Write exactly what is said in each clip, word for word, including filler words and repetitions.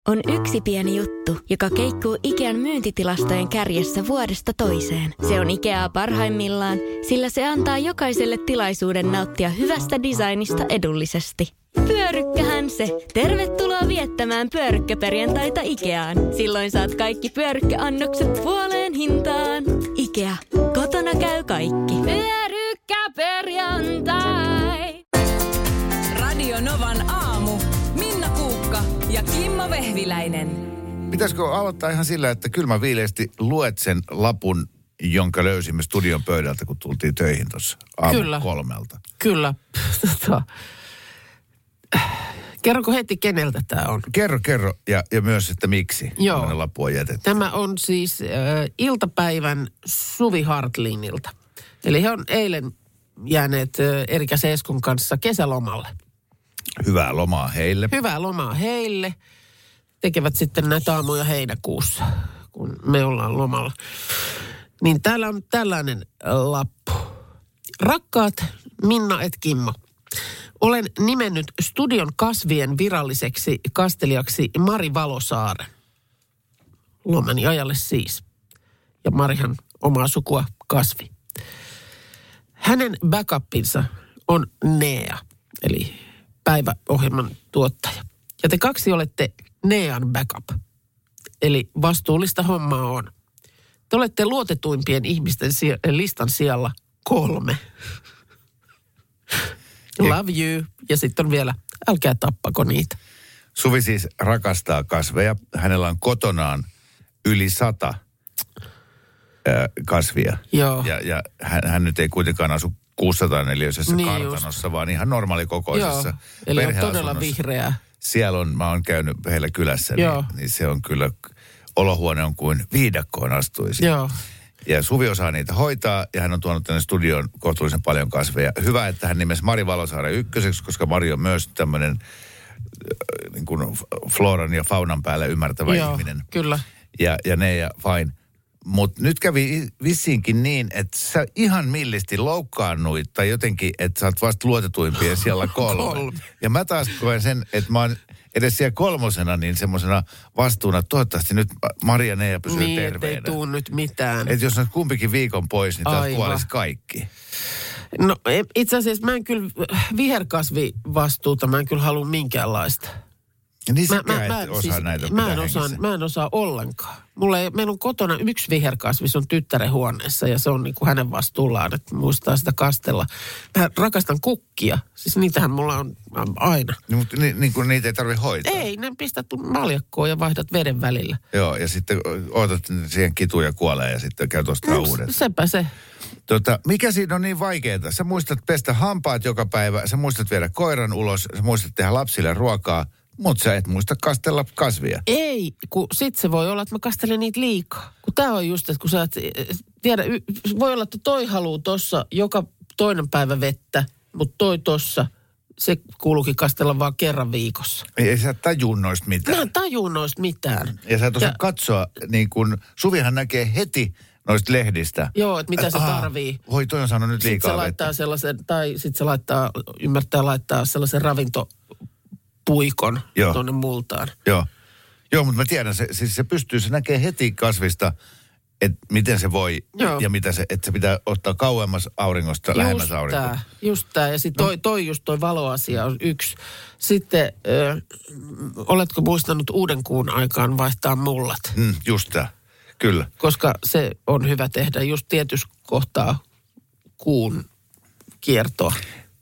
On yksi pieni juttu, joka keikkuu Ikean myyntitilastojen kärjessä vuodesta toiseen. Se on Ikeaa parhaimmillaan, sillä se antaa jokaiselle tilaisuuden nauttia hyvästä designista edullisesti. Pyörykkähän se! Tervetuloa viettämään pyörykkäperjantaita Ikeaan. Silloin saat kaikki pyörykkäannokset puoleen hintaan. Ikea. Kotona käy kaikki. Pyörykkäperjantai! Radio Novan aamu. Minna Kuukka ja Kimmo Vehviläinen. Pitäisikö aloittaa ihan sillä, että kyllä mä viileästi luet sen lapun, jonka löysimme studion pöydältä, kun tultiin töihin tuossa aamu Kyllä. kolmelta. Kyllä. Kerroko heti, keneltä tämä on? Kerro, kerro. Ja, ja myös, että miksi tämmöinen lappu on jätetty. Tämä on siis äh, iltapäivän Suvi Hartlinilta. Eli he on eilen jääneet äh, Erika Seeskon kanssa kesälomalle. Hyvää lomaa heille. Hyvää lomaa heille. Tekevät sitten näitä aamuja heinäkuussa, kun me ollaan lomalla. Niin täällä on tällainen lappu. Rakkaat Minna et Kimmo. Olen nimennyt studion kasvien viralliseksi kastelijaksi Mari Valosaaren. Lomani ajalle siis. Ja Marihan omaa sukua kasvi. Hänen backupinsa on Nea, eli päiväohjelman tuottaja. Ja te kaksi olette Nean backup. Eli vastuullista hommaa on. Te olette luotetuimpien ihmisten si- listan sijalla kolme. Love you. Ja sitten on vielä, älkää tappako niitä. Suvi siis rakastaa kasveja. Hänellä on kotonaan yli sata ää, kasvia. Joo. Ja, ja hän, hän nyt ei kuitenkaan asu kuusisataa neliöisessä Niin kartanossa, just. vaan ihan normaalikokoisessa Joo, eli on todella perheasunnossa. vihreää. Siellä on, mä oon käynyt heillä kylässä, Joo. niin, niin se on kyllä, olohuone on kuin viidakkoon astuisi. Joo. Ja Suvi osaa niitä hoitaa, ja hän on tuonut tänne studioon kohtuullisen paljon kasveja. Hyvä, että hän nimesi Mari Valosaaren ykköseksi, koska Mari on myös tämmöinen äh, niin kuin floran ja faunan päälle ymmärtävä Joo, ihminen. kyllä. Ja, ja ne ja fine. Mutta nyt kävi vissiinkin niin, että sä ihan millisti loukkaannuit, tai jotenkin, että sä oot vasta luotetuimpia siellä kolme. Kolme. Ja mä taas koen sen, että mä oon edes siellä kolmosena, niin semmoisena vastuuna, toivottavasti nyt Maria Neija pysyy Niin, terveenä. ettei tuu nyt mitään. Että jos on kumpikin viikon pois, niin taas Aivan. kuolisi kaikki. No itse asiassa mä en kyllä viherkasvivastuuta, mä en kyllä halua minkäänlaista. Niin Mä, säkään mä, et mä, osaa siis, näitä mä, pitää en osaa, hengissä. mä en osaa ollenkaan. Mulla ei, meillä on kotona yksi viherkasvi, se on tyttären huoneessa ja se on niin kuin hänen vastuullaan, että muistaa sitä kastella. Mä rakastan kukkia, siis niitähän mulla on aina. Niin, mutta ni, niin kuin niitä ei tarvitse hoitaa. Ei, ne pistät maljakkoon ja vaihdat veden välillä. Joo, ja sitten ootat siihen kituja kuolee ja sitten käy tuosta No, uudet. sepä se. Tota, mikä siinä on niin vaikeaa? Sä muistat pestä hampaat joka päivä, sä muistat viedä koiran ulos, sä muistat tehdä lapsille ruokaa, mutta sä et muista kastella kasvia. Ei, kun sit se voi olla, että mä kastelen niitä liikaa. Kun tää on just, että kun sä et tiedä, y- voi olla, että toi haluu tossa joka toinen päivä vettä, mutta toi tossa, se kuuluukin kastella vaan kerran viikossa. Ei, ei sä tajuu noista mitään. Mä en tajuu noista mitään. Ja sä et osaa Ja- katsoa, niin kun Suvihan näkee heti noista lehdistä. Joo, että mitä se Aa, tarvii. Voi, toi on saanut nyt Sitten liikaa se vettä. laittaa sellaisen, tai sitten se laittaa, ymmärtää laittaa sellaisen ravintopuikon Joo. tuonne multaan. Joo. Joo, mutta mä tiedän, se, siis se pystyy, se näkee heti kasvista, että miten se voi Joo. ja mitä se, että se pitää ottaa kauemmas auringosta, lähemmäs aurinkoa. Tää, just tämä. Ja sitten toi, toi just toi valoasia on yksi. Sitten, ö, oletko muistanut uuden kuun aikaan vaihtaa mullat? Mm, just tää. Kyllä. Koska se on hyvä tehdä just tietyssä kohtaa kuun kiertoa.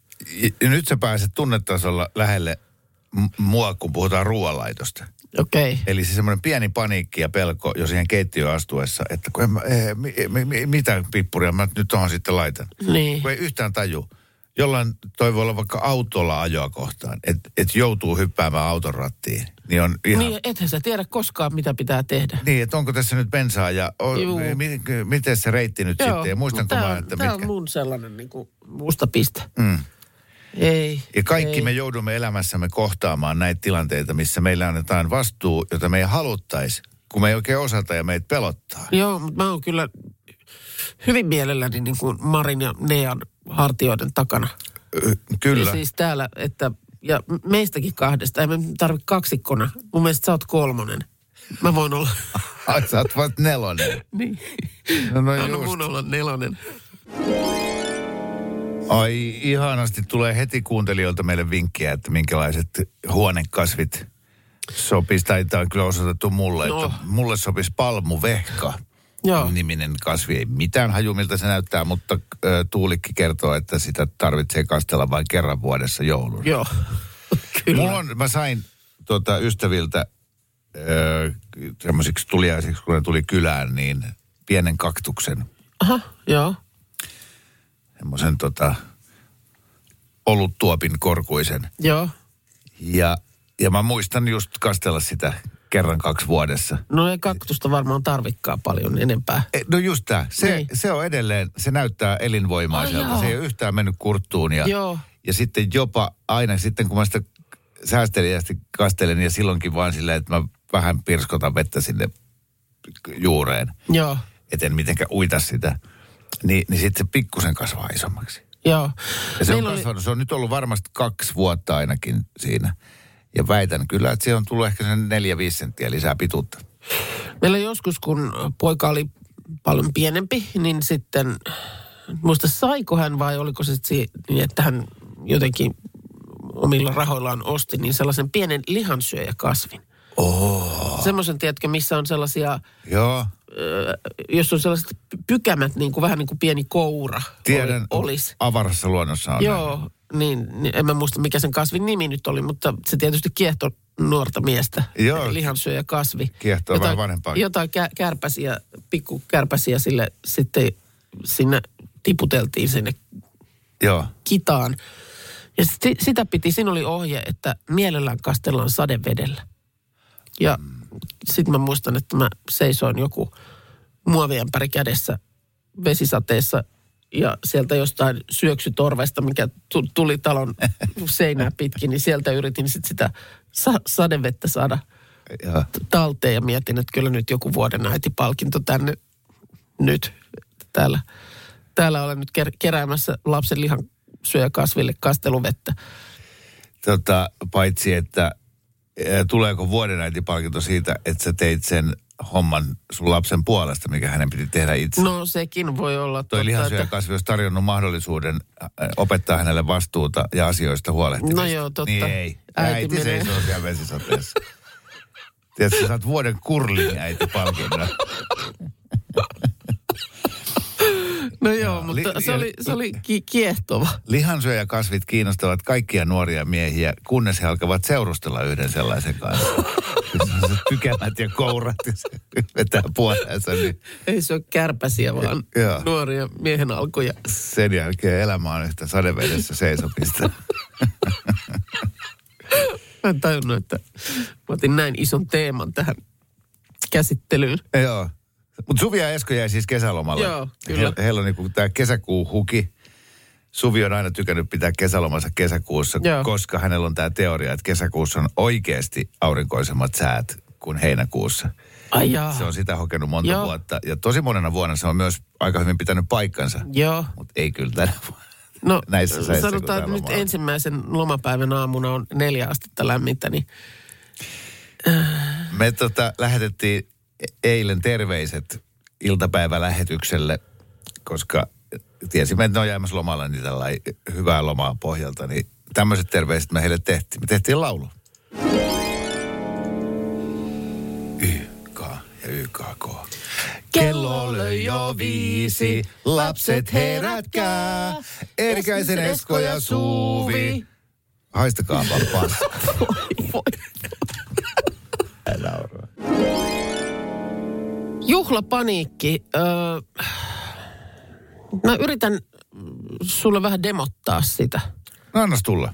Ja nyt sä pääset tunnetasolla lähelle m- mua, kun puhutaan ruoanlaitosta. Okei. Okay. Eli se semmoinen pieni paniikki ja pelko jo siihen keittiöön astuessa, että kun en mä, eh, mi, mi, mi, mitä pippuria mä nyt tuohon sitten laitan. Niin. Kun ei yhtään taju. Jollain toi voi olla vaikka autolla ajoa kohtaan, että et joutuu hyppäämään auton rattiin. Niin on ihan... Niin, ethän sä tiedä koskaan, mitä pitää tehdä. Niin, että onko tässä nyt bensaa ja o, Juu. mi, miten se reitti nyt Joo, sitten. Ja muistanko tää mä, on, että tää mitkä... on mun sellainen niin kuin musta piste. Mm. Ei. Ja kaikki ei. me joudumme elämässämme kohtaamaan näitä tilanteita, missä meillä annetaan vastuu, jota me ei haluttaisi, kun me ei oikein osata ja meitä pelottaa. Joo, mutta mä oon kyllä hyvin mielelläni niin kuin Marin ja Nean hartioiden takana. Ö, Kyllä. Ja siis täällä, että ja meistäkin kahdesta. Ei me tarvitse kaksikkona. Mun mielestä sä oot kolmonen. Mä voin olla. Ai, sä oot vasta nelonen. Niin. No, no Anna just. mun olla nelonen. Ai, ihanasti tulee heti kuuntelijoilta meille vinkkiä, että minkälaiset huonekasvit sopisi. Tai tämä on kyllä osoitettu mulle, No. että mulle sopisi palmuvehka. Joo. Niminen kasvi. Ei mitään haju, miltä se näyttää, mutta ö, Tuulikki kertoo, että sitä tarvitsee kastella vain kerran vuodessa jouluna. Joo. Kyllä. Mulla on, mä sain tuota, ystäviltä ö, semmoisiksi tuliaisiksi, kun ne tuli kylään, niin pienen kaktuksen. Aha, joo. Semmoisen tota, oluttuopin korkuisen. Joo. Ja, ja mä muistan just kastella sitä kerran kaksi vuodessa. No ei kaktusta varmaan tarvikkaa paljon enempää. E, no just tää. Se, Niin. se on edelleen, se näyttää elinvoimaiselta. Ai se ei joo. ole yhtään mennyt kurttuun. Ja, Joo. ja sitten jopa aina sitten, kun mä sitä säästeliästi kastelen ja silloinkin vaan silleen, että mä vähän pirskotan vettä sinne juureen. Joo. Et en mitenkään uita sitä. Ni, niin sitten se pikkusen kasvaa isommaksi. Joo. Ja se on, Meillä oli- kasvanut, se on nyt ollut varmasti kaksi vuotta ainakin siinä. Ja väitän kyllä, että se on tullut ehkä sen neljä viisi senttiä lisää pituutta. Meillä joskus, kun poika oli paljon pienempi, niin sitten, muista saiko hän vai oliko se sitten niin, että hän jotenkin omilla rahoillaan osti, niin sellaisen pienen lihansyöjäkasvin. Oh. Semmoisen, tiedätkö, missä on sellaisia, Joo, ö, jos on sellaiset pykämät, niin kuin, vähän niin kuin pieni koura tiedän. oli, olisi. Avarassa luonnossa on. Joo, niin, niin en mä muista mikä sen kasvin nimi nyt oli, mutta se tietysti kiehtoi nuorta miestä. Joo. Lihansyöjä kasvi. Kiehtoo vähän vanhempaakin. Jotain kä- kärpäsiä, pikku kärpäsiä sille sitten sinne tiputeltiin sinne Joo. kitaan. Ja sit, sitä piti, siinä oli ohje, että mielellään kastellaan sadevedellä. Ja sitten mä muistan, että mä seisoin joku muoviämpäri kädessä vesisateessa ja sieltä jostain syöksytorvesta, mikä tu- tuli talon seinää pitkin, niin sieltä yritin sitten sitä sa- sadevettä saada Joo. t- talteen ja mietin, että kyllä nyt joku vuoden äitipalkinto tänne nyt. Täällä, täällä olen nyt ker- keräämässä lapsen lihan syöjäkasville kasteluvettä. Tota, paitsi, että e, tuleeko vuoden äitipalkinto siitä, että sä teit sen homman sun lapsen puolesta, mikä hänen piti tehdä itse. No sekin voi olla Toi totta, lihansyöjäkasvi olisi tarjonnut mahdollisuuden ä, opettaa hänelle vastuuta ja asioista huolehtimista. No joo, totta. Niin ei. Äiti Äiti, äiti menee. seisoo siellä vesisateessa. Tiedätkö, sä saat vuoden kurlin äitipalkinnon. No joo, mutta li- se oli, se oli ki- kiehtova. Lihansyöjäkasvit kiinnostavat kaikkia nuoria miehiä, kunnes he alkavat seurustella yhden sellaisen kanssa. Sellaiset pykälät ja kourat ja se vetää puoleensa, niin Ei se ole kärpäsiä, vaan Joo. nuoria miehen alkuja. sen jälkeen elämä on yhtä sadevedessä seisopista. Mä en tajunnut, että mä otin näin ison teeman tähän käsittelyyn. Joo. Mutta Suvi ja Esko jäi siis kesälomalle. Joo, kyllä. He, heillä on niinku tämä kesäkuu huki. Suvi on aina tykännyt pitää kesälomansa kesäkuussa, Joo. koska hänellä on tämä teoria, että kesäkuussa on oikeasti aurinkoisemmat säät kuin heinäkuussa. Ai jaa. Se on sitä hokenut monta Joo. vuotta. Ja tosi monena vuonna se on myös aika hyvin pitänyt paikkansa. Joo. Mutta ei kyllä tänä vuonna. No Näissä säissä, kun sanotaan, täällä että nyt loma on. ensimmäisen lomapäivän aamuna on neljä astetta lämmintä, niin Me tota, lähetettiin eilen terveiset iltapäivälähetykselle, koska tiesimme, että ne on jäämässä lomalla niin tällainen hyvää lomaa pohjalta, niin tämmöiset terveiset me heille tehtiin. Me tehtiin laulu. Y, K ja Y, K, K. Kello löi jo viisi, lapset herätkää, Erikäisen Esko ja Suvi. Haistakaa vaan paska. Nauraa. juhlapaniikki. Öö, mä yritän sulle vähän demottaa sitä. No annas tulla.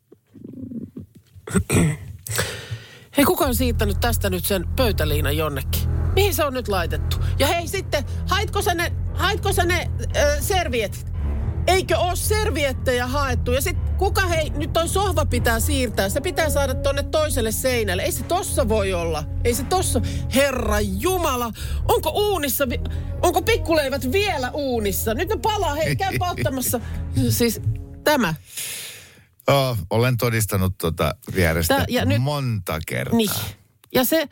Hei, kuka on siittänyt tästä nyt sen pöytäliinan jonnekin? Mihin se on nyt laitettu? Ja hei sitten, haitko sä ne, haitko sä ne ö, servietit? Eikö ole serviettejä haettu? Ja sitten kuka hei, nyt toi sohva pitää siirtää. Se pitää saada tonne toiselle seinälle. Ei se tossa voi olla. Ei se tossa. Herra Jumala, onko uunissa, vi- onko pikkuleivät vielä uunissa? Nyt ne palaa, hei, käypä ottamassa. Siis tämä. Oh, olen todistanut tuota vierestä Tää, ja nyt, monta kertaa. Niin. Ja se,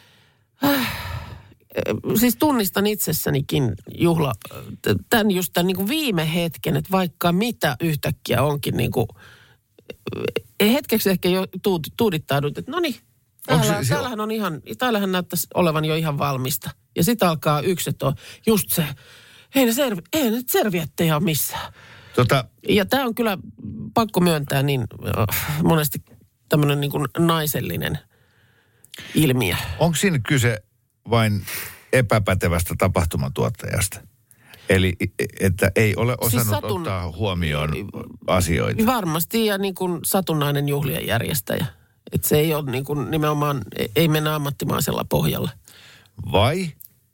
äh, siis tunnistan itsessänikin juhla, tämän just tämän niin kuin viime hetken, että vaikka mitä yhtäkkiä onkin niin kuin, hetkeksi ehkä jo tuudittaudut, että no niin, täällä, se, täällähän on ihan, täällähän näyttäisi olevan jo ihan valmista. Ja sitten alkaa yksi, että on just se, ei ne, servi, ei ne serviettejä ole missään. Tota, ja tämä on kyllä pakko myöntää niin monesti tämmöinen niin kuin naisellinen ilmiö. Onko siinä kyse vain epäpätevästä tapahtumatuottajasta? Eli että ei ole osannut siis satun, ottaa huomioon asioita? Varmasti, ja niin kuin satunnainen juhlien järjestäjä. Että se ei ole niin kuin nimenomaan, ei mennä ammattimaisella pohjalla. Vai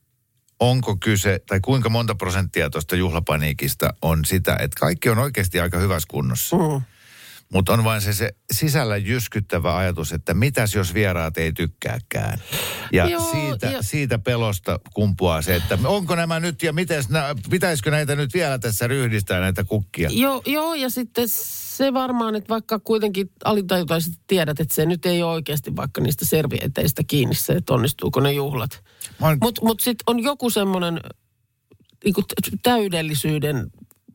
onko kyse, tai kuinka monta prosenttia tuosta juhlapaniikista on sitä, että kaikki on oikeasti aika hyvässä kunnossa. Mm. Mutta on vain se, se sisällä jyskyttävä ajatus, että mitäs jos vieraat ei tykkääkään. Ja Joo, siitä, ja siitä pelosta kumpuaa se, että onko nämä nyt ja mites, pitäisikö näitä nyt vielä tässä ryhdistää näitä kukkia? Joo, joo ja sitten se varmaan, että vaikka kuitenkin alitajutaisesti tiedät, että se nyt ei ole oikeasti vaikka niistä servieteistä kiinni se, että onnistuuko ne juhlat. On... Mutta mut sitten on joku semmoinen niinku täydellisyyden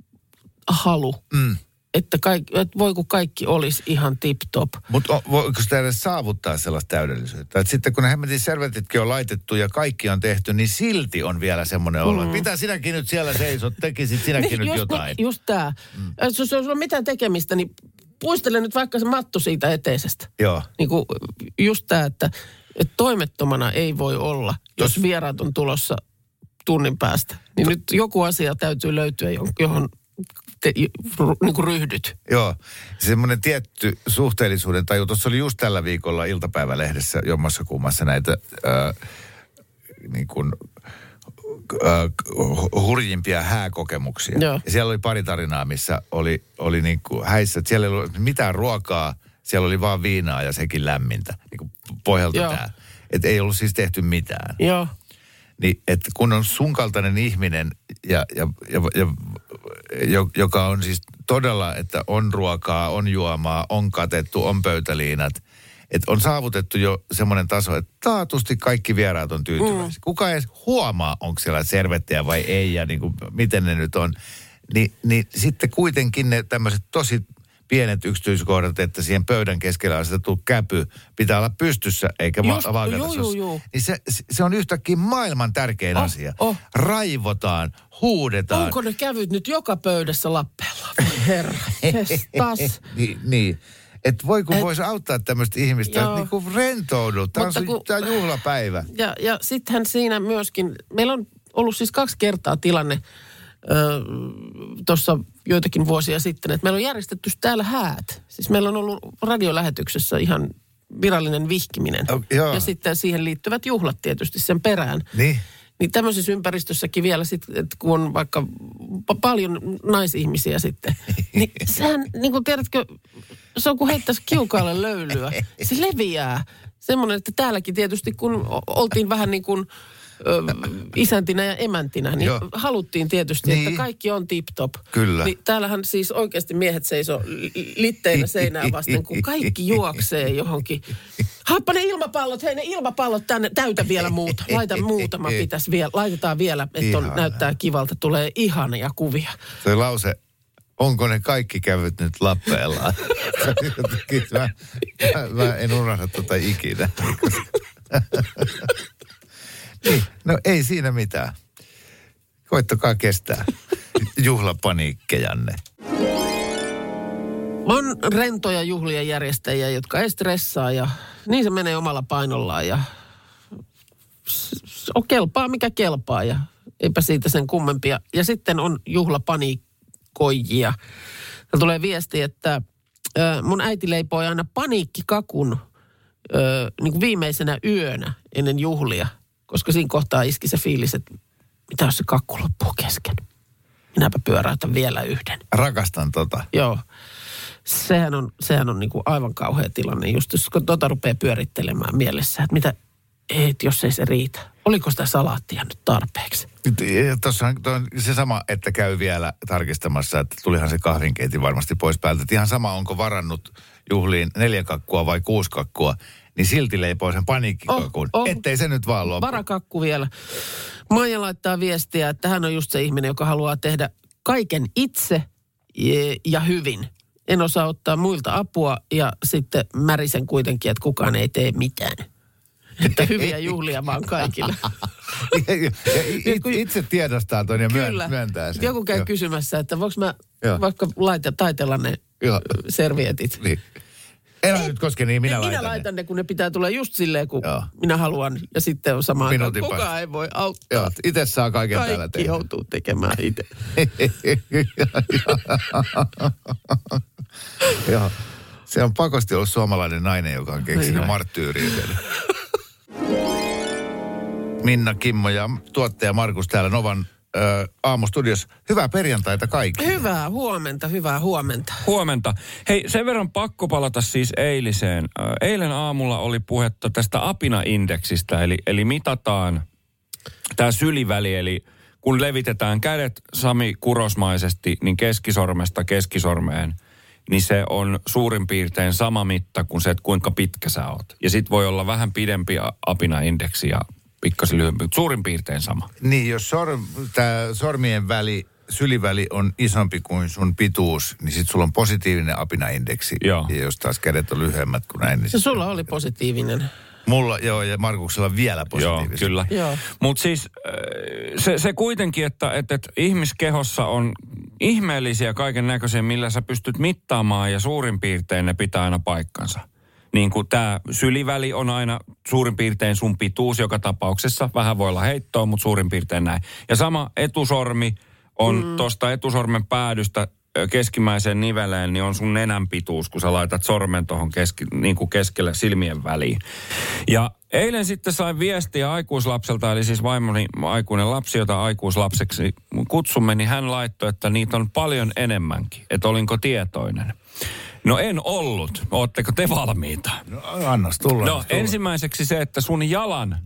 halu. Mm. Että, kaikki, että voi kun kaikki olisi ihan tip-top. Mutta voiko sitä edes saavuttaa sellaista täydellisyyttä? Että sitten kun ne hemmetin servetitkin on laitettu ja kaikki on tehty, niin silti on vielä semmoinen mm. olo. Että mitä sinäkin nyt siellä seisot, tekisit sinäkin niin, nyt just, jotain. Just tämä. Mm. Jos ei ole mitään tekemistä, niin puistele nyt vaikka se matto siitä eteisestä. Joo. Niin kuin just tämä, että, että toimettomana ei voi olla, jos, jos vieraat on tulossa tunnin päästä. Niin to... nyt joku asia täytyy löytyä, johon... Te, niin kuin ryhdyt. Joo, semmoinen tietty suhteellisuuden taju. Tuossa oli just tällä viikolla iltapäivälehdessä jommassa kummassa näitä ää, niin kuin, ää, hurjimpia hääkokemuksia. Joo. Ja siellä oli pari tarinaa, missä oli, oli niin kuin häissä, että siellä ei ollut mitään ruokaa, siellä oli vaan viinaa ja sekin lämmintä. Niin kuin pohjalta tämä. Että ei ollut siis tehty mitään. Joo. Niin, että kun on sun kaltainen ihminen, ja, ja, ja, ja, joka on siis todella, että on ruokaa, on juomaa, on katettu, on pöytäliinat, että on saavutettu jo semmoinen taso, että taatusti kaikki vieraat on tyytyväisiä. Mm. Kuka edes huomaa, onko siellä servettejä vai ei, ja niin kuin, miten ne nyt on. Ni, niin sitten kuitenkin ne tämmöiset tosi pienet yksityiskohdat, että siihen pöydän keskellä asetettu käpy pitää olla pystyssä, eikä Just, vaakata. Juu, juu, juu. Niin se, se on yhtäkkiä maailman tärkein oh, asia. Oh. Raivotaan, huudetaan. Onko ne kävyt nyt joka pöydässä lappeella? Herra, taas. niin, niin. Että voi kun Et, voisi auttaa tämmöistä ihmistä, että niin kuin rentoudu. Tämä on, kun, tämä on juhlapäivä. Ja, ja sittenhän siinä myöskin, meillä on ollut siis kaksi kertaa tilanne öö, tuossa joitakin vuosia sitten, että meillä on järjestetty täällä häät. Siis meillä on ollut radiolähetyksessä ihan virallinen vihkiminen. Oh, ja sitten siihen liittyvät juhlat tietysti sen perään. Niin. Niin tämmöisessä ympäristössäkin vielä sitten, että kun on vaikka pa- paljon naisihmisiä sitten, niin sehän, niin kuin tiedätkö, se on kuin heittäisi kiukaalle löylyä. Se leviää. Semmoinen, että täälläkin tietysti kun oltiin vähän niin kuin ö, isäntinä ja emäntinä, niin Joo. haluttiin tietysti, niin. että kaikki on tip-top. Kyllä. Niin täällähän siis oikeasti miehet seisoo litteinä seinää vasten, kun kaikki juoksee johonkin. Haappa ne ilmapallot, hei ne ilmapallot tänne, täytä vielä muuta. Laita muutama pitäisi vielä, laitetaan vielä, että on, näyttää kivalta, tulee ihania kuvia. Se lause, onko ne kaikki kävyt nyt lappeellaan? mä, mä, mä en unohda tuota ikinä. Niin, no ei siinä mitään. Koittakaa kestää juhlapaniikkejanne. On rentoja juhlien järjestäjiä, jotka ei stressaa ja niin se menee omalla painollaan ja on kelpaa mikä kelpaa ja eipä siitä sen kummempia. Ja sitten on juhlapaniikkoijia. Täällä tulee viesti, että ö, mun äiti leipoi aina paniikkikakun ö, niin kuin viimeisenä yönä ennen juhlia, koska siinä kohtaa iski se fiilis, että mitä jos se kakku loppuu kesken. Minäpä pyöräytän vielä yhden. Rakastan tota. Joo. Sehän on, sehän on niin kuin aivan kauhea tilanne, just jos tota rupeaa pyörittelemään mielessä, että mitä, et, jos ei se riitä. oliko sitä salaattia nyt tarpeeksi? Tuossa on se sama, että käy vielä tarkistamassa, että tulihan se kahvinkeitin varmasti pois päältä. Että ihan sama, onko varannut juhliin neljä kakkua vai kuusi kakkua, niin silti leipoo sen paniikkikakun. Oh, oh. Ettei se nyt vaan loppu. Varakakku vielä. Maija laittaa viestiä, että hän on just se ihminen, joka haluaa tehdä kaiken itse ja hyvin. En osaa ottaa muilta apua ja sitten märisen kuitenkin, että kukaan ei tee mitään. Että hyviä juhlia vaan kaikille. Itse tiedostaa ton ja Kyllä. myöntää sen. Joku käy Joo. kysymässä, että voinko mä Joo. vaikka laita, taitella ne Joo. servietit. Niin. Elä nyt koske niin, minä, minä laitan, laitan ne. ne. Kun ne pitää tulla just silleen, kun Joo. minä haluan. Ja sitten on samaan aikaan, kukaan päästä. Ei voi auttaa. Joo, itse saa kaiken Kaikki täällä tehdä. Kaikki joutuu tekemään itse. Joo. Se on pakosti ollut suomalainen nainen, joka on keksinyt marttyyriyden. Minna, Kimmo ja tuottaja Markus täällä Novan ö, aamustudios. Hyvää perjantaita kaikille. Hyvää huomenta, hyvää huomenta. Huomenta. Hei, sen verran pakko palata siis eiliseen. Eilen aamulla oli puhetta tästä apina-indeksistä, eli, eli mitataan tämä syliväli, eli kun levitetään kädet Sami Kurosmaisesti, niin keskisormesta keskisormeen, niin se on suurin piirtein sama mitta kuin se, että kuinka pitkä sä oot. Ja sit voi olla vähän pidempi apina-indeksi ja pikkasen lyhyempi, mutta suurin piirtein sama. Niin, jos sor, tämä sormien väli, syliväli on isompi kuin sun pituus, niin sit sulla on positiivinen apina-indeksi. Joo. Ja jos taas kädet on lyhyemmät kuin näin, niin... Se sulla oli positiivinen. Mulla, joo, ja Markuksella vielä positiivinen. Joo, kyllä. Mutta siis se, se kuitenkin, että, että, että ihmiskehossa on ihmeellisiä kaiken näköisiä, millä sä pystyt mittaamaan ja suurin piirtein ne pitää aina paikkansa. Niin kuin tämä syliväli on aina suurin piirtein sun pituus joka tapauksessa. Vähän voi olla heittoa, mutta suurin piirtein näin. Ja sama etusormi on mm. tuosta etusormen päädystä keskimmäiseen niveleen, niin on sun nenän pituus, kun sä laitat sormen tuohon keski, niin kuin keskelle silmien väliin. Ja eilen sitten sain viestiä aikuislapselta, eli siis vaimoni aikuinen lapsi, jota aikuislapseksi kutsumme, niin hän laittoi, että niitä on paljon enemmänkin. Että olinko tietoinen. No en ollut. Ootteko te valmiita? No annas tulla. No tulla. Ensimmäiseksi se, että sun jalan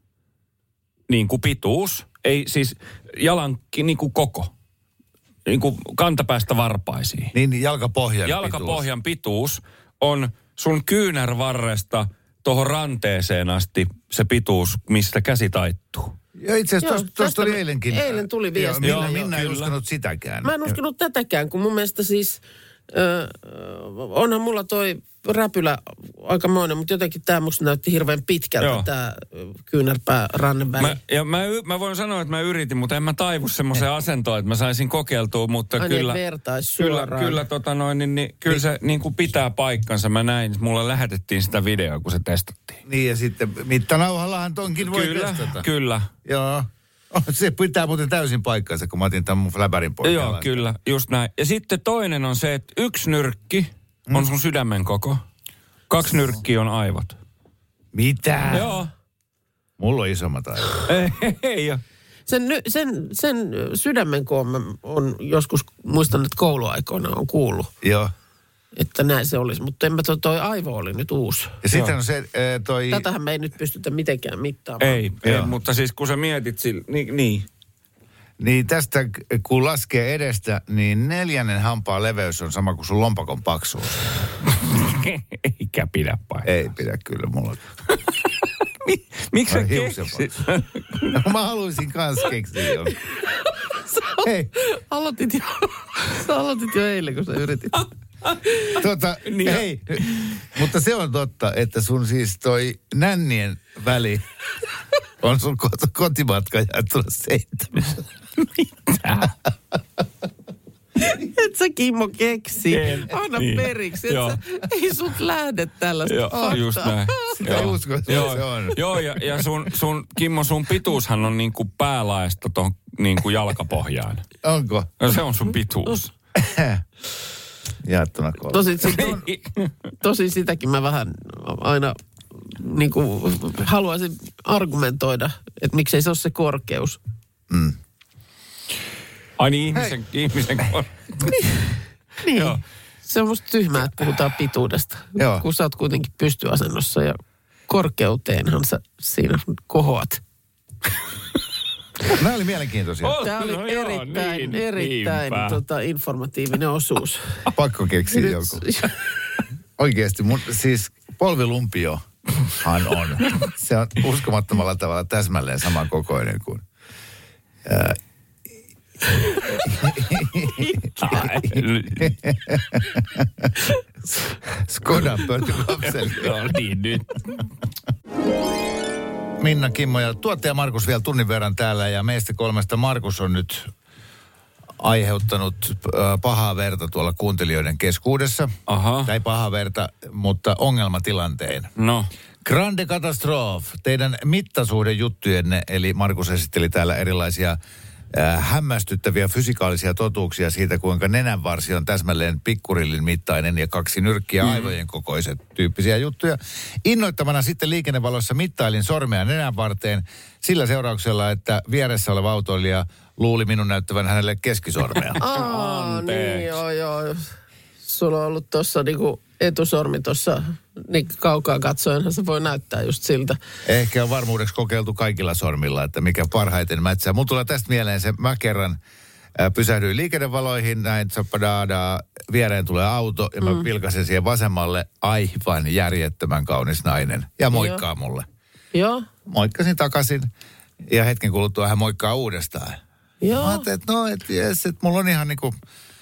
niin kuin pituus, ei siis jalan niin kuin koko, niin kuin kantapäästä varpaisiin. Niin jalkapohjan Jalkapohjan pituus. pituus on sun kyynärvarresta tuohon ranteeseen asti se pituus, mistä käsi taittuu. Joo, itse asiassa tuosta tuli eilenkin. Eilen tuli viesti. Joo, Minna, Minna ei uskonut sitäkään. Mä en uskonut tätäkään, kun mun mielestä siis... Öö, onhan mulla toi räpylä aikamoinen, mutta jotenkin tämä musta näytti hirveän pitkältä tämä kyynärpää rannen väli. Mä, ja mä, mä voin sanoa, että mä yritin, mutta en mä taivu semmoiseen asentoon, että mä saisin kokeiltua, mutta Ai kyllä... vertais kyllä, kyllä, tota noin, niin, niin, kyllä niin. se niin kuin pitää paikkansa. Mä näin, mulle lähetettiin sitä videoa, kun se testattiin. Niin ja sitten mittanauhallahan tonkin voi kyllä, testata. Kyllä, Joo. Se pitää muuten täysin paikkansa, kun mä otin tämän mun fläbärin pois. Joo, kyllä, just näin. Ja sitten toinen on se, että yksi nyrkki mm. on sun sydämen koko. Kaksi nyrkkiä on aivot. Mitä? Joo. Mulla on isommat aivot. Ei, ei ole. Sen, sen, sen sydämen koon on joskus, muistan, että kouluaikoina on kuullut. Joo. Että näin se olisi, mutta en mä toi, toi aivo oli nyt uusi. Ja sitten on se toi... Tätähän me ei nyt pystytä mitenkään mittaamaan. Ei, ei mutta siis kun sä mietit sillä, niin, niin. Niin tästä kun laskee edestä, niin neljännen hampaan leveys on sama kuin sun lompakon paksuus. Eikä pidä paikkaa. Ei pidä kyllä mulla. Miksi sä keksit? No, mä haluaisin kans keksiä jonkun. Hei. Aloitit jo, sä aloitit jo eilen, kun sä yritit. Tota, niin hei, mutta se on totta, että sun siis toi nännien väli on sun kot- kotimatka jaettuna seitsemän. Mitä? Et sä Kimmo keksi. En, Anna niin. periksi. Et sä, ei sut lähde tällaista. Joo, just näin. Sitä ei usko, että joo, se on. Joo, ja, ja sun, sun, Kimmo, sun pituushan on niinku päälaesta tuohon niinku jalkapohjaan. Onko? No, se on sun pituus. Jaettuna kolme. Tosin, sit, tosin sitäkin mä vähän aina niin kuin haluaisin argumentoida, että miksei se ole se korkeus. Mm. Ai niin, ihmisen, ihmisen korkeus. Niin, joo. Se on musta tyhmää, että puhutaan pituudesta. Joo. Kun sä oot kuitenkin pystyasennossa ja korkeuteenhan sä siinä kohoat. Nämä oli mielenkiintoisia. Oh, Tämä oli no joo, erittäin, niin, erittäin niinpä. tota, informatiivinen osuus. Pakko keksiä Nyt- joku. Oikeasti, mun, siis polvilumpiohan on. Se on uskomattomalla tavalla täsmälleen saman kokoinen kuin... Ää, Skodan pörtykapseli. Joo, niin nyt. Minna, Kimmo ja tuottaja Markus vielä tunnin verran täällä ja meistä kolmesta Markus on nyt aiheuttanut äh, pahaa verta tuolla kuuntelijoiden keskuudessa. Aha. Tai pahaa verta, mutta ongelmatilanteen. No. Grande Catastrophe, teidän mittasuhdejuttuenne, eli Markus esitteli täällä erilaisia äh, hämmästyttäviä fysikaalisia totuuksia siitä, kuinka nenänvarsi on täsmälleen pikkurillin mittainen ja kaksi nyrkkiä mm. aivojen kokoiset tyyppisiä juttuja. Innoittamana sitten liikennevalossa mittailin sormea nenänvarteen sillä seurauksella, että vieressä oleva autoilija luuli minun näyttävän hänelle keskisormea. Aa, Anteeksi. niin joo joo. Sulla on ollut tuossa niinku etusormi tuossa niin kaukaa katsoenhan se voi näyttää just siltä. Ehkä on varmuudeksi kokeiltu kaikilla sormilla, että mikä parhaiten mätsää. Mun tulee tästä mieleen se, mä kerran äh, pysähdyin liikennevaloihin, näin tsapadadaa, viereen tulee auto ja mä mm. pilkasen siihen vasemmalle, aivan järjettömän kaunis nainen. Ja moikkaa Joo. mulle. Joo, Moikkasin takaisin ja hetken kuluttua hän moikkaa uudestaan. joo. Mä ajattelin, että no, että jes, että mulla on ihan niinku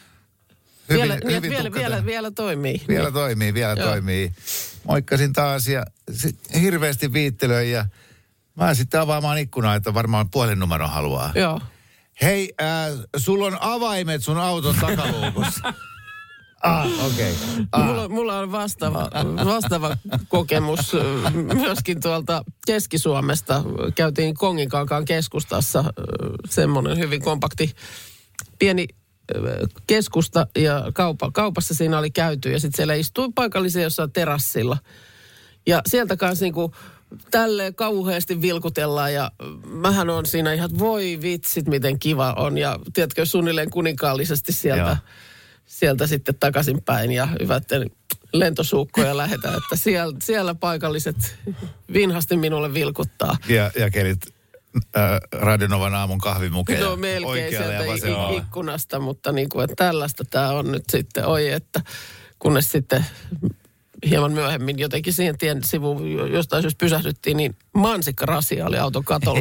hyvin, vielä, niin, hyvin vielä, tukka vielä, tää. vielä toimii. Vielä toimii, vielä Joo. toimii. Moikkasin taas ja sit hirveästi viittelöin ja mä sitten avaamaan ikkunaa, että varmaan puhelinnumero haluaa. Joo. Hei, äh, sulla on avaimet sun auton takaluukussa. ah, okei. Okay. Ah. Mulla, mulla on vastaava, vastaava kokemus ö, myöskin tuolta Keski-Suomesta. Käytiin Konginkankaan keskustassa, ö, semmoinen hyvin kompakti pieni ö, keskusta ja kaupa, kaupassa siinä oli käyty ja sitten siellä istui paikallisia jossain terassilla. Ja sieltä kanssa niinku tälleen kauheasti vilkutellaan ja mähän on siinä ihan, että voi vitsit miten kiva on ja tiedätkö suunnilleen kuninkaallisesti sieltä. Joo. Sieltä sitten takaisinpäin ja hyvät lentosuukkoja lähetään, että siellä, siellä paikalliset vinhasti minulle vilkuttaa. Ja, ja kelit äh, Radionovan aamun kahvimukeja No melkein oikealle ja sieltä vasemmalle. ik- ikkunasta, mutta niin kuin, että tällaista tämä on nyt sitten, oi että kunnes sitten hieman myöhemmin jotenkin siihen tien sivuun jostain syystä pysähdyttiin, niin mansikkarasia oli auton katolla.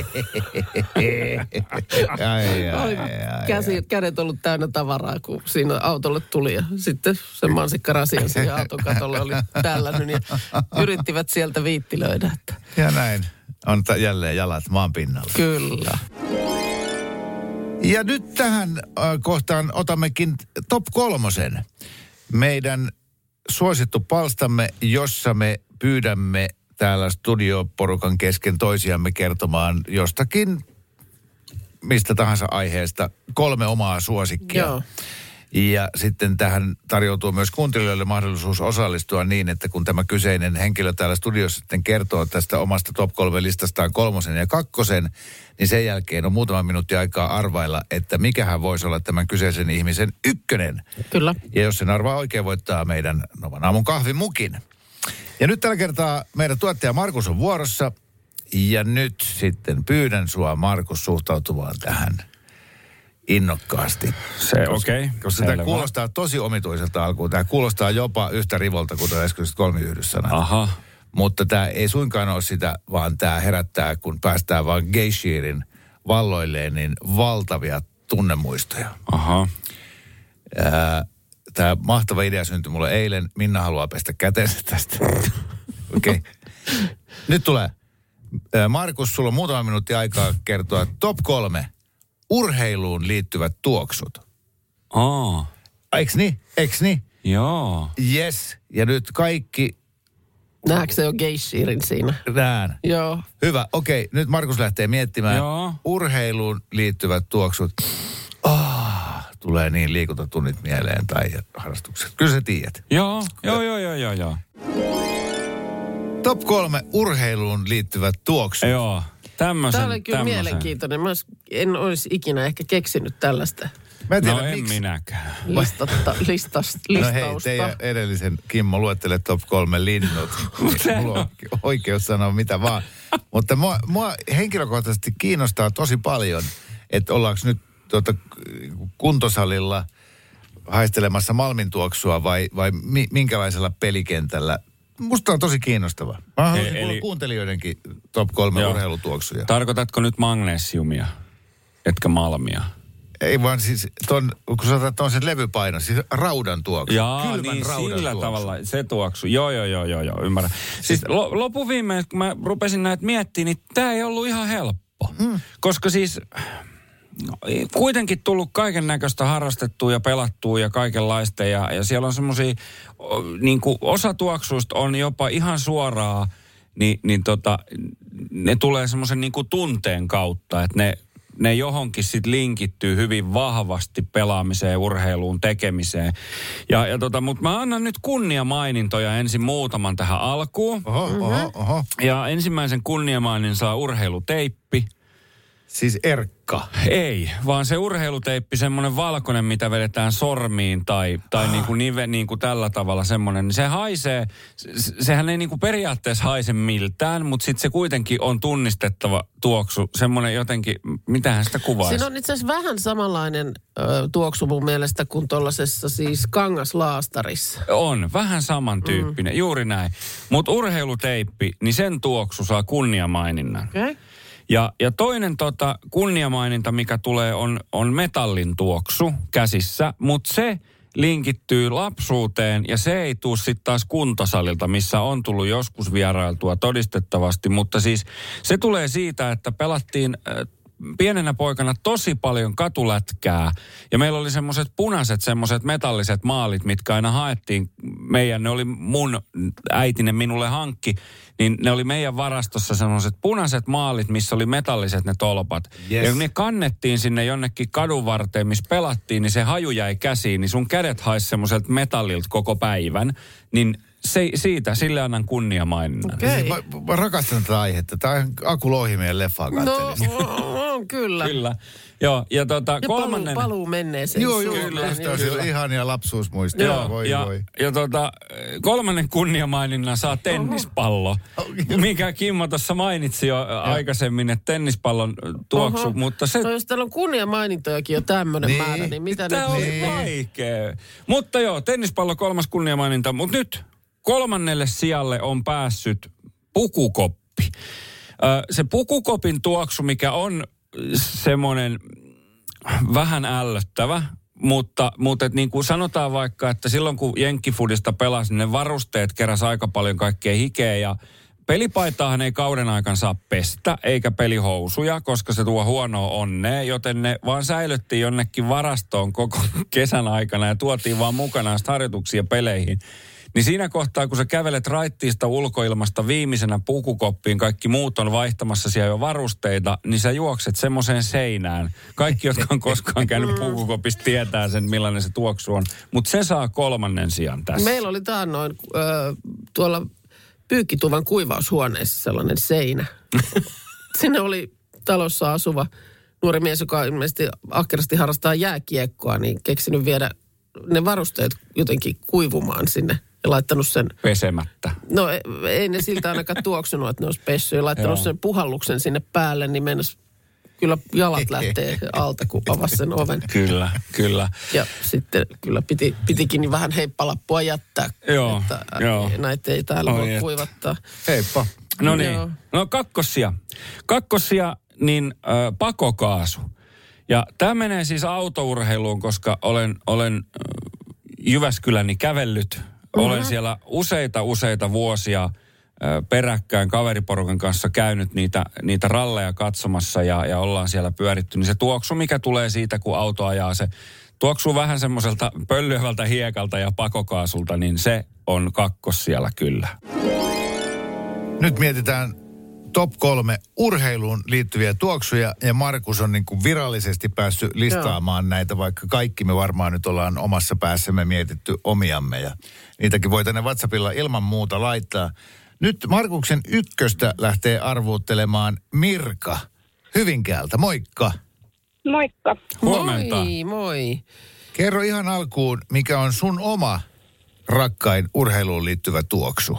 ai, ai, Oli ai, ai, käsi, kädet ollut täynnä tavaraa, kun siinä autolle tuli. Ja sitten se mansikkarasian siihen auton katolle oli tällännyt. Ja yrittivät sieltä viittilöidä. Että Ja näin on ta- jälleen jalat maan pinnalla. kyllä. Ja nyt tähän äh, kohtaan otammekin top kolmosen. Meidän suosittu palstamme, jossa me pyydämme täällä studioporukan kesken toisiamme kertomaan jostakin, mistä tahansa aiheesta, kolme omaa suosikkia. Joo. Ja sitten tähän tarjoutuu myös kuuntelijoille mahdollisuus osallistua niin, että kun tämä kyseinen henkilö täällä studiossa sitten kertoo tästä omasta top kolme listastaan kolmosen ja kakkosen, niin sen jälkeen on muutama minuutti aikaa arvailla, että mikähän voisi olla tämän kyseisen ihmisen ykkönen. Kyllä. Ja jos sen arvaa oikein, voittaa meidän Novan aamun kahvimukin. Ja nyt tällä kertaa meidän tuottaja Markus on vuorossa. Ja nyt sitten pyydän sua, Markus, suhtautumaan tähän innokkaasti. Se okei. Okay. Koska tämä kuulostaa tosi omituiselta alkuun. Tämä kuulostaa jopa yhtä rivolta kuin tuo äskeiset kolmiyhdyssanat. Aha. Mutta tämä ei suinkaan ole sitä, vaan tämä herättää, kun päästään vaan Geyshirin valloilleen, niin valtavia tunnemuistoja. Aha. Tämä mahtava idea syntyi mulle eilen. Minna haluaa pestä kätensä tästä. Okei. Okay. Nyt tulee. Ää, Markus, sulla on muutama minuutti aikaa kertoa top kolme urheiluun liittyvät tuoksut. Aa. Eiks niin? Eiks niin? Joo. Yes. Ja nyt kaikki Nähdäänkö se jo Geyshirin siinä? näen. Joo. Hyvä. Okei, nyt Markus lähtee miettimään. Joo. Urheiluun liittyvät tuoksut. Ah, tulee niin liikuntatunnit mieleen tai harrastukset. Kyllä sä tiedät. Joo, joo, joo, joo, joo, joo. Top kolme urheiluun liittyvät tuoksut. Joo. Tämmösen, Tämä oli kyllä tämmösen. mielenkiintoinen. Mä olis, en olisi ikinä ehkä keksinyt tällaista. Mä en tiedä, No en miksi. minäkään. Listatta, listas, No listausta. hei, teidän edellisen Kimmo luettele top kolme linnut. Mulla on oikeus sanoa mitä vaan. Mutta mua, mua henkilökohtaisesti kiinnostaa tosi paljon, että ollaanko nyt tuota, kuntosalilla haistelemassa malmintuoksua vai, vai mi, minkälaisella pelikentällä. Musta on tosi kiinnostavaa. Mä haluaisin Eli- kuulla kuuntelijoidenkin top kolme Joo. urheilutuoksuja. Tarkoitatko nyt magnesiumia, etkä malmia? Ei vaan siis, ton, kun sä otat ton sen levypaino, siis raudan tuoksu. Jaa, Kylmän niin raudan sillä tuoksu. tavalla se tuoksu. Joo, joo, joo, joo, joo, ymmärrän. Siis lo, lopuviimein, kun mä rupesin näitä miettimään, niin tää ei ollut ihan helppo. Hmm. Koska siis no, kuitenkin tullut kaiken näköistä harrastettua ja pelattua ja kaikenlaista. Ja, ja siellä on semmosia, niin kuin osa tuoksuista on jopa ihan suoraa, niin, niin tota, ne tulee semmoisen niin kuin tunteen kautta, että ne ne johonkin sitten linkittyy hyvin vahvasti pelaamiseen, urheiluun, tekemiseen. Ja, ja tota, mutta mä annan nyt kunniamainintoja ensin muutaman tähän alkuun. Oho, oho, oho. Ja ensimmäisen kunniamaininnan saa urheiluteippi. Siis Erkka. Ei, vaan se urheiluteippi, semmoinen valkoinen, mitä vedetään sormiin tai, tai niin kuin nive, niin kuin tällä tavalla semmoinen, niin se haisee, se, sehän ei niin kuin periaatteessa haise miltään, mutta sitten se kuitenkin on tunnistettava tuoksu, semmoinen jotenkin, mitähän sitä kuvaisi? Siinä on itse asiassa vähän samanlainen ö, tuoksu mun mielestä kuin tuollaisessa siis kangaslaastarissa. On, vähän samantyyppinen, mm. juuri näin. Mutta urheiluteippi, niin sen tuoksu saa kunniamaininnan. Okay. Ja, ja toinen tota, kunniamaininta, mikä tulee, on, on metallin tuoksu käsissä, mutta se linkittyy lapsuuteen ja se ei tule sitten taas kuntosalilta, missä on tullut joskus vierailtua todistettavasti, mutta siis se tulee siitä, että pelattiin äh, pienenä poikana tosi paljon katulätkää ja meillä oli semmoiset punaiset semmoiset metalliset maalit, mitkä aina haettiin meidän, ne oli mun äitinen minulle hankki, niin ne oli meidän varastossa semmoiset punaiset maalit, missä oli metalliset ne tolpat. Yes. Ja kun ne kannettiin sinne jonnekin kadun varteen, missä pelattiin, niin se haju jäi käsiin, niin sun kädet haisi semmoiselta metallilta koko päivän. Niin se, siitä, sille annan kunniamaininnan. Okei. Siis mä, mä rakastan tätä aihetta. Tämä on Aku Lohimien leffaa No, katselin. on kyllä. Kyllä. Joo, ja tota Ja kolmannen... paluu, paluu menneeseen. Joo, joo, Suomeen, kyllä. niin Sitä on kyllä. siellä ihania lapsuusmuistoja. Joo, Voi, ja, voi. ja tota, kolmannen kunniamaininnan saa tennispallo. Mikä Kimmo tuossa mainitsi jo aikaisemmin, että tennispallon tuoksu, Oho. mutta se... No jos täällä on kunniamainintojakin jo tämmöinen Niin. määrä, niin mitä Tämä nyt? oli Niin. vaikea. Mutta joo, tennispallo kolmas kunniamaininta. Mutta nyt kolmannelle sijalle on päässyt pukukoppi. Ö, se pukukopin tuoksu, mikä on semmoinen vähän ällöttävä, mutta, mutta et niin kuin sanotaan vaikka, että silloin kun jenkkifudista pelasi, niin ne varusteet keräsi aika paljon kaikkea hikeä ja pelipaitaahan ei kauden aikana saa pestä, eikä pelihousuja, koska se tuo huonoa onnea, joten ne vaan säilyttiin jonnekin varastoon koko kesän aikana ja tuotiin vaan mukanaan harjoituksia peleihin. Niin siinä kohtaa, kun sä kävelet raittiista ulkoilmasta viimeisenä pukukoppiin, kaikki muut on vaihtamassa siellä jo varusteita, niin sä juokset semmoiseen seinään. Kaikki, jotka on koskaan käynyt pukukopissa, tietää sen, millainen se tuoksu on. Mutta se saa kolmannen sijan tässä. Meillä oli taannoin äh, tuolla pyykkituvan kuivaushuoneessa sellainen seinä. Sinne oli talossa asuva nuori mies, joka ilmeisesti ahkerasti harrastaa jääkiekkoa, niin keksinyt viedä ne varusteet jotenkin kuivumaan sinne ja laittanut sen... Pesemättä. No ei, ei ne siltä ainakaan tuoksunut, että ne olisi pessy ja laittanut Joo. sen puhalluksen sinne päälle, niin mennäs kyllä jalat lähtee alta, kun avasi sen oven. Kyllä, kyllä. Ja sitten kyllä piti, pitikin vähän heippalappua jättää, Joo, että joo. näitä ei täällä Oi voi että. kuivattaa. Heippa. No niin. Joo. No kakkossia. Kakkossia, niin äh, pakokaasu. Ja tämä menee siis autourheiluun, koska olen, olen äh, Jyväskyläni kävellyt. Mm-hmm. Olen siellä useita, useita vuosia äh, peräkkäin kaveriporukan kanssa käynyt niitä, niitä ralleja katsomassa ja, ja ollaan siellä pyöritty. Niin se tuoksu, mikä tulee siitä, kun auto ajaa, se tuoksuu vähän semmoiselta pöllyävältä hiekalta ja pakokaasulta, niin se on kakkos siellä kyllä. Nyt mietitään top kolme urheiluun liittyviä tuoksuja ja Markus on niin kuin virallisesti päässyt listaamaan Joo. näitä, vaikka kaikki me varmaan nyt ollaan omassa päässämme mietitty omiamme ja niitäkin voi tänne WhatsAppilla ilman muuta laittaa. Nyt Markuksen ykköstä lähtee arvuuttelemaan Mirka Hyvinkäältä. Moikka. Moikka. Huomenta. Moi, moi. Kerro ihan alkuun, mikä on sun oma rakkain urheiluun liittyvä tuoksu?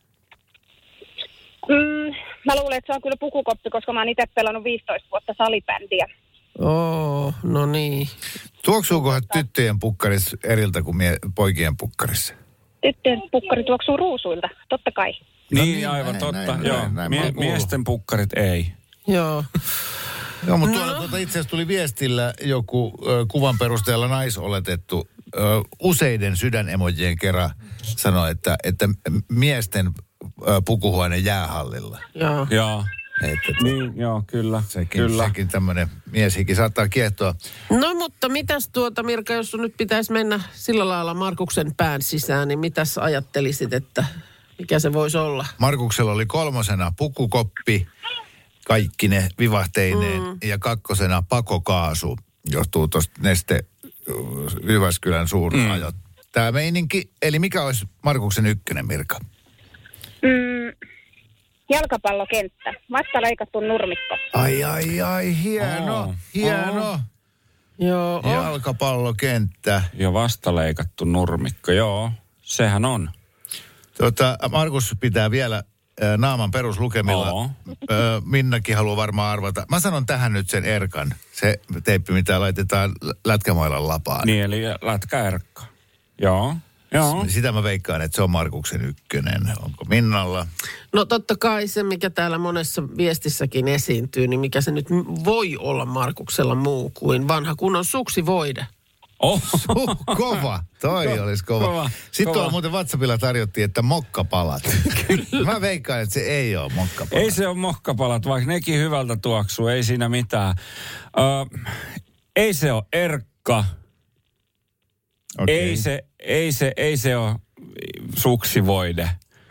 Mm, mä luulen, että se on kyllä pukukoppi, koska mä oon itse pelannut viisitoista vuotta salibändiä. Oo, no niin. Tuoksuukohan tyttöjen pukkarissa eriltä kuin mie- poikien pukkarissa? Tyttöjen pukkari tuoksuu ruusuilta, totta kai. No niin, niin, aivan näin, totta. näin, Joo. näin, näin mä Mie- oon kuullut. miesten pukkarit ei. Joo. Joo, mutta tuolla tuota itse asiassa tuli viestillä joku ö, kuvan perusteella naisoletettu ö, useiden sydänemojien kerran sanoi, että, että miesten ö, pukuhuone jäähallilla. Joo. Joo. Että, Niin, joo, kyllä. sekin, kyllä. sekin tämmöinen mieshikin saattaa kiehtoa. No mutta mitäs tuota, Mirka, jos sun nyt pitäisi mennä sillä lailla Markuksen pään sisään, niin mitäs ajattelisit, että mikä se voisi olla? Markuksella oli kolmosena pukukoppi, kaikki ne vivahteineen, mm. ja kakkosena pakokaasu, johtuu tuosta Neste Jyväskylän suurajot. Mm. Tämä meininki, eli mikä olisi Markuksen ykkönen, Mirka? Mm, jalkapallokenttä. Vasta leikattu nurmikko. Ai, ai, ai, hieno, Oh, hieno. oh. Joo. Oh. Jalkapallokenttä. Ja vastaleikattu nurmikko, joo. Sehän on. Tota, Markus pitää vielä äh, naaman peruslukemilla. Oo. Äh, Minnakin haluaa varmaan arvata. Mä sanon tähän nyt sen Erkan. Se teippi, mitä laitetaan lätkämailan lapaan. Niin, eli lätkäerkka. Joo, joo. Sitä mä veikkaan, että se on Markuksen ykkönen. Onko Minnalla? No totta kai se, mikä täällä monessa viestissäkin esiintyy, niin mikä se nyt voi olla Markuksella muu kuin vanha kunnon suksivoide. Oh. Uh, kova. Toi olisi kova. kova, Sitten kova. tuolla muuten WhatsAppilla tarjottiin, että mokkapalat. Mä veikkaan, että se ei ole mokkapalat. Ei se ole mokkapalat, vaikka nekin hyvältä tuoksuu, ei siinä mitään. Ö, ei se ole erkka. Okay. Ei se, ei se, ei se ole suksivoide.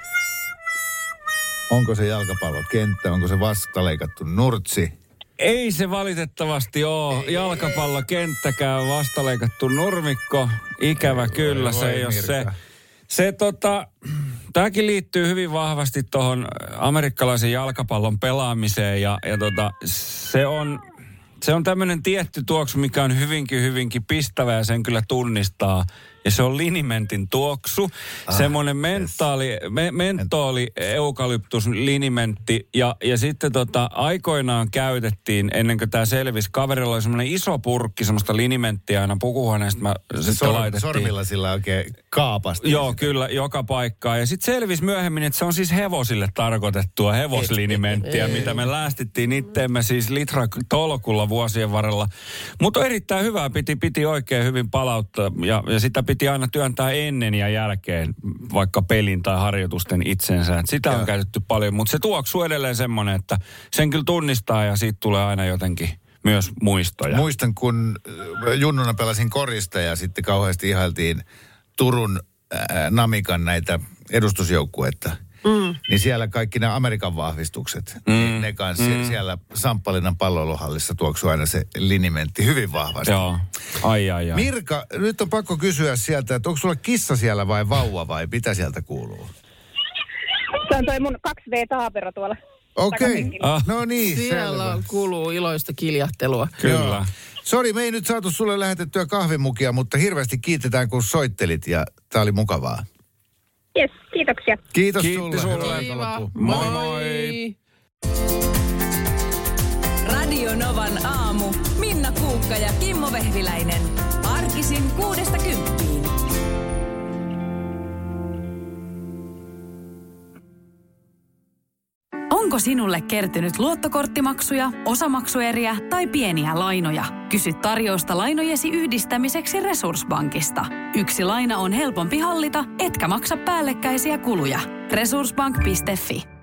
Onko se jalkapallokenttä? Onko se vastaleikattu nurtsi? Ei se valitettavasti ole. Jalkapallokenttäkään vastaleikattu nurmikko. Ikävä Ei, kyllä, voi, se voi, ei ole se. Mirka. Se tota, tämäkin liittyy hyvin vahvasti tuohon amerikkalaisen jalkapallon pelaamiseen ja, ja tota, se on, se on tämmöinen tietty tuoksu, mikä on hyvinkin, hyvinkin pistävä ja sen kyllä tunnistaa. Ja se on linimentin tuoksu. Ah, semmoinen mentaali, me, mentooli, eukalyptus, linimentti. Ja, ja sitten tota, aikoinaan käytettiin, ennen kuin tämä selvisi, kaverilla oli semmoinen iso purkki, semmoista linimenttiä aina pukuhuoneesta. Mä sitten Sor, laitettiin. sormilla sillä oikein kaapasti. Joo, kyllä, joka paikkaan. Ja sitten selvisi myöhemmin, että se on siis hevosille tarkoitettua hevoslinimenttiä, mitä me läästittiin itteemme siis litra tolkulla vuosien varrella. Mutta erittäin hyvää piti, piti oikein hyvin palauttaa ja, ja sitä piti aina työntää ennen ja jälkeen vaikka pelin tai harjoitusten itsensä. Et sitä on Joo. käytetty paljon, mutta se tuoksuu edelleen semmoinen, että sen kyllä tunnistaa ja siitä tulee aina jotenkin myös muistoja. Muistan, kun junnuna pelasin korista ja sitten kauheasti ihailtiin Turun ää, Namikan näitä edustusjoukkuetta. Mm. Niin siellä kaikki nämä Amerikan vahvistukset, mm. niin ne kanssa mm. siellä Samppalinnan palloiluhallissa tuoksuu aina se linimentti hyvin vahvasti. Joo, ai ai ai. Mirka, nyt on pakko kysyä sieltä, että onko sulla kissa siellä vai vauva vai mitä sieltä kuuluu? Se on toi mun kaksi V-taapero tuolla. Okei, takapenkillä. Ah. no niin, Siellä selvä. kuuluu iloista kiljahtelua. Kyllä. Sori, me ei nyt saatu sulle lähetettyä kahvimukia, mutta hirveästi kiitetään, kun soittelit ja tää oli mukavaa. Yes, kiitoksia. Kiitos Kiitti sulle. sulle. Hyvää Kiva. viikonloppua. Moi moi. Radio Novan aamu. Minna Kuukka ja Kimmo Vehviläinen. Arkisin kuudesta kymppiin. Onko sinulle kertynyt luottokorttimaksuja, osamaksueriä tai pieniä lainoja? Kysy tarjousta lainojesi yhdistämiseksi Resurssbankista. Yksi laina on helpompi hallita, etkä maksa päällekkäisiä kuluja. Resurssbank piste fi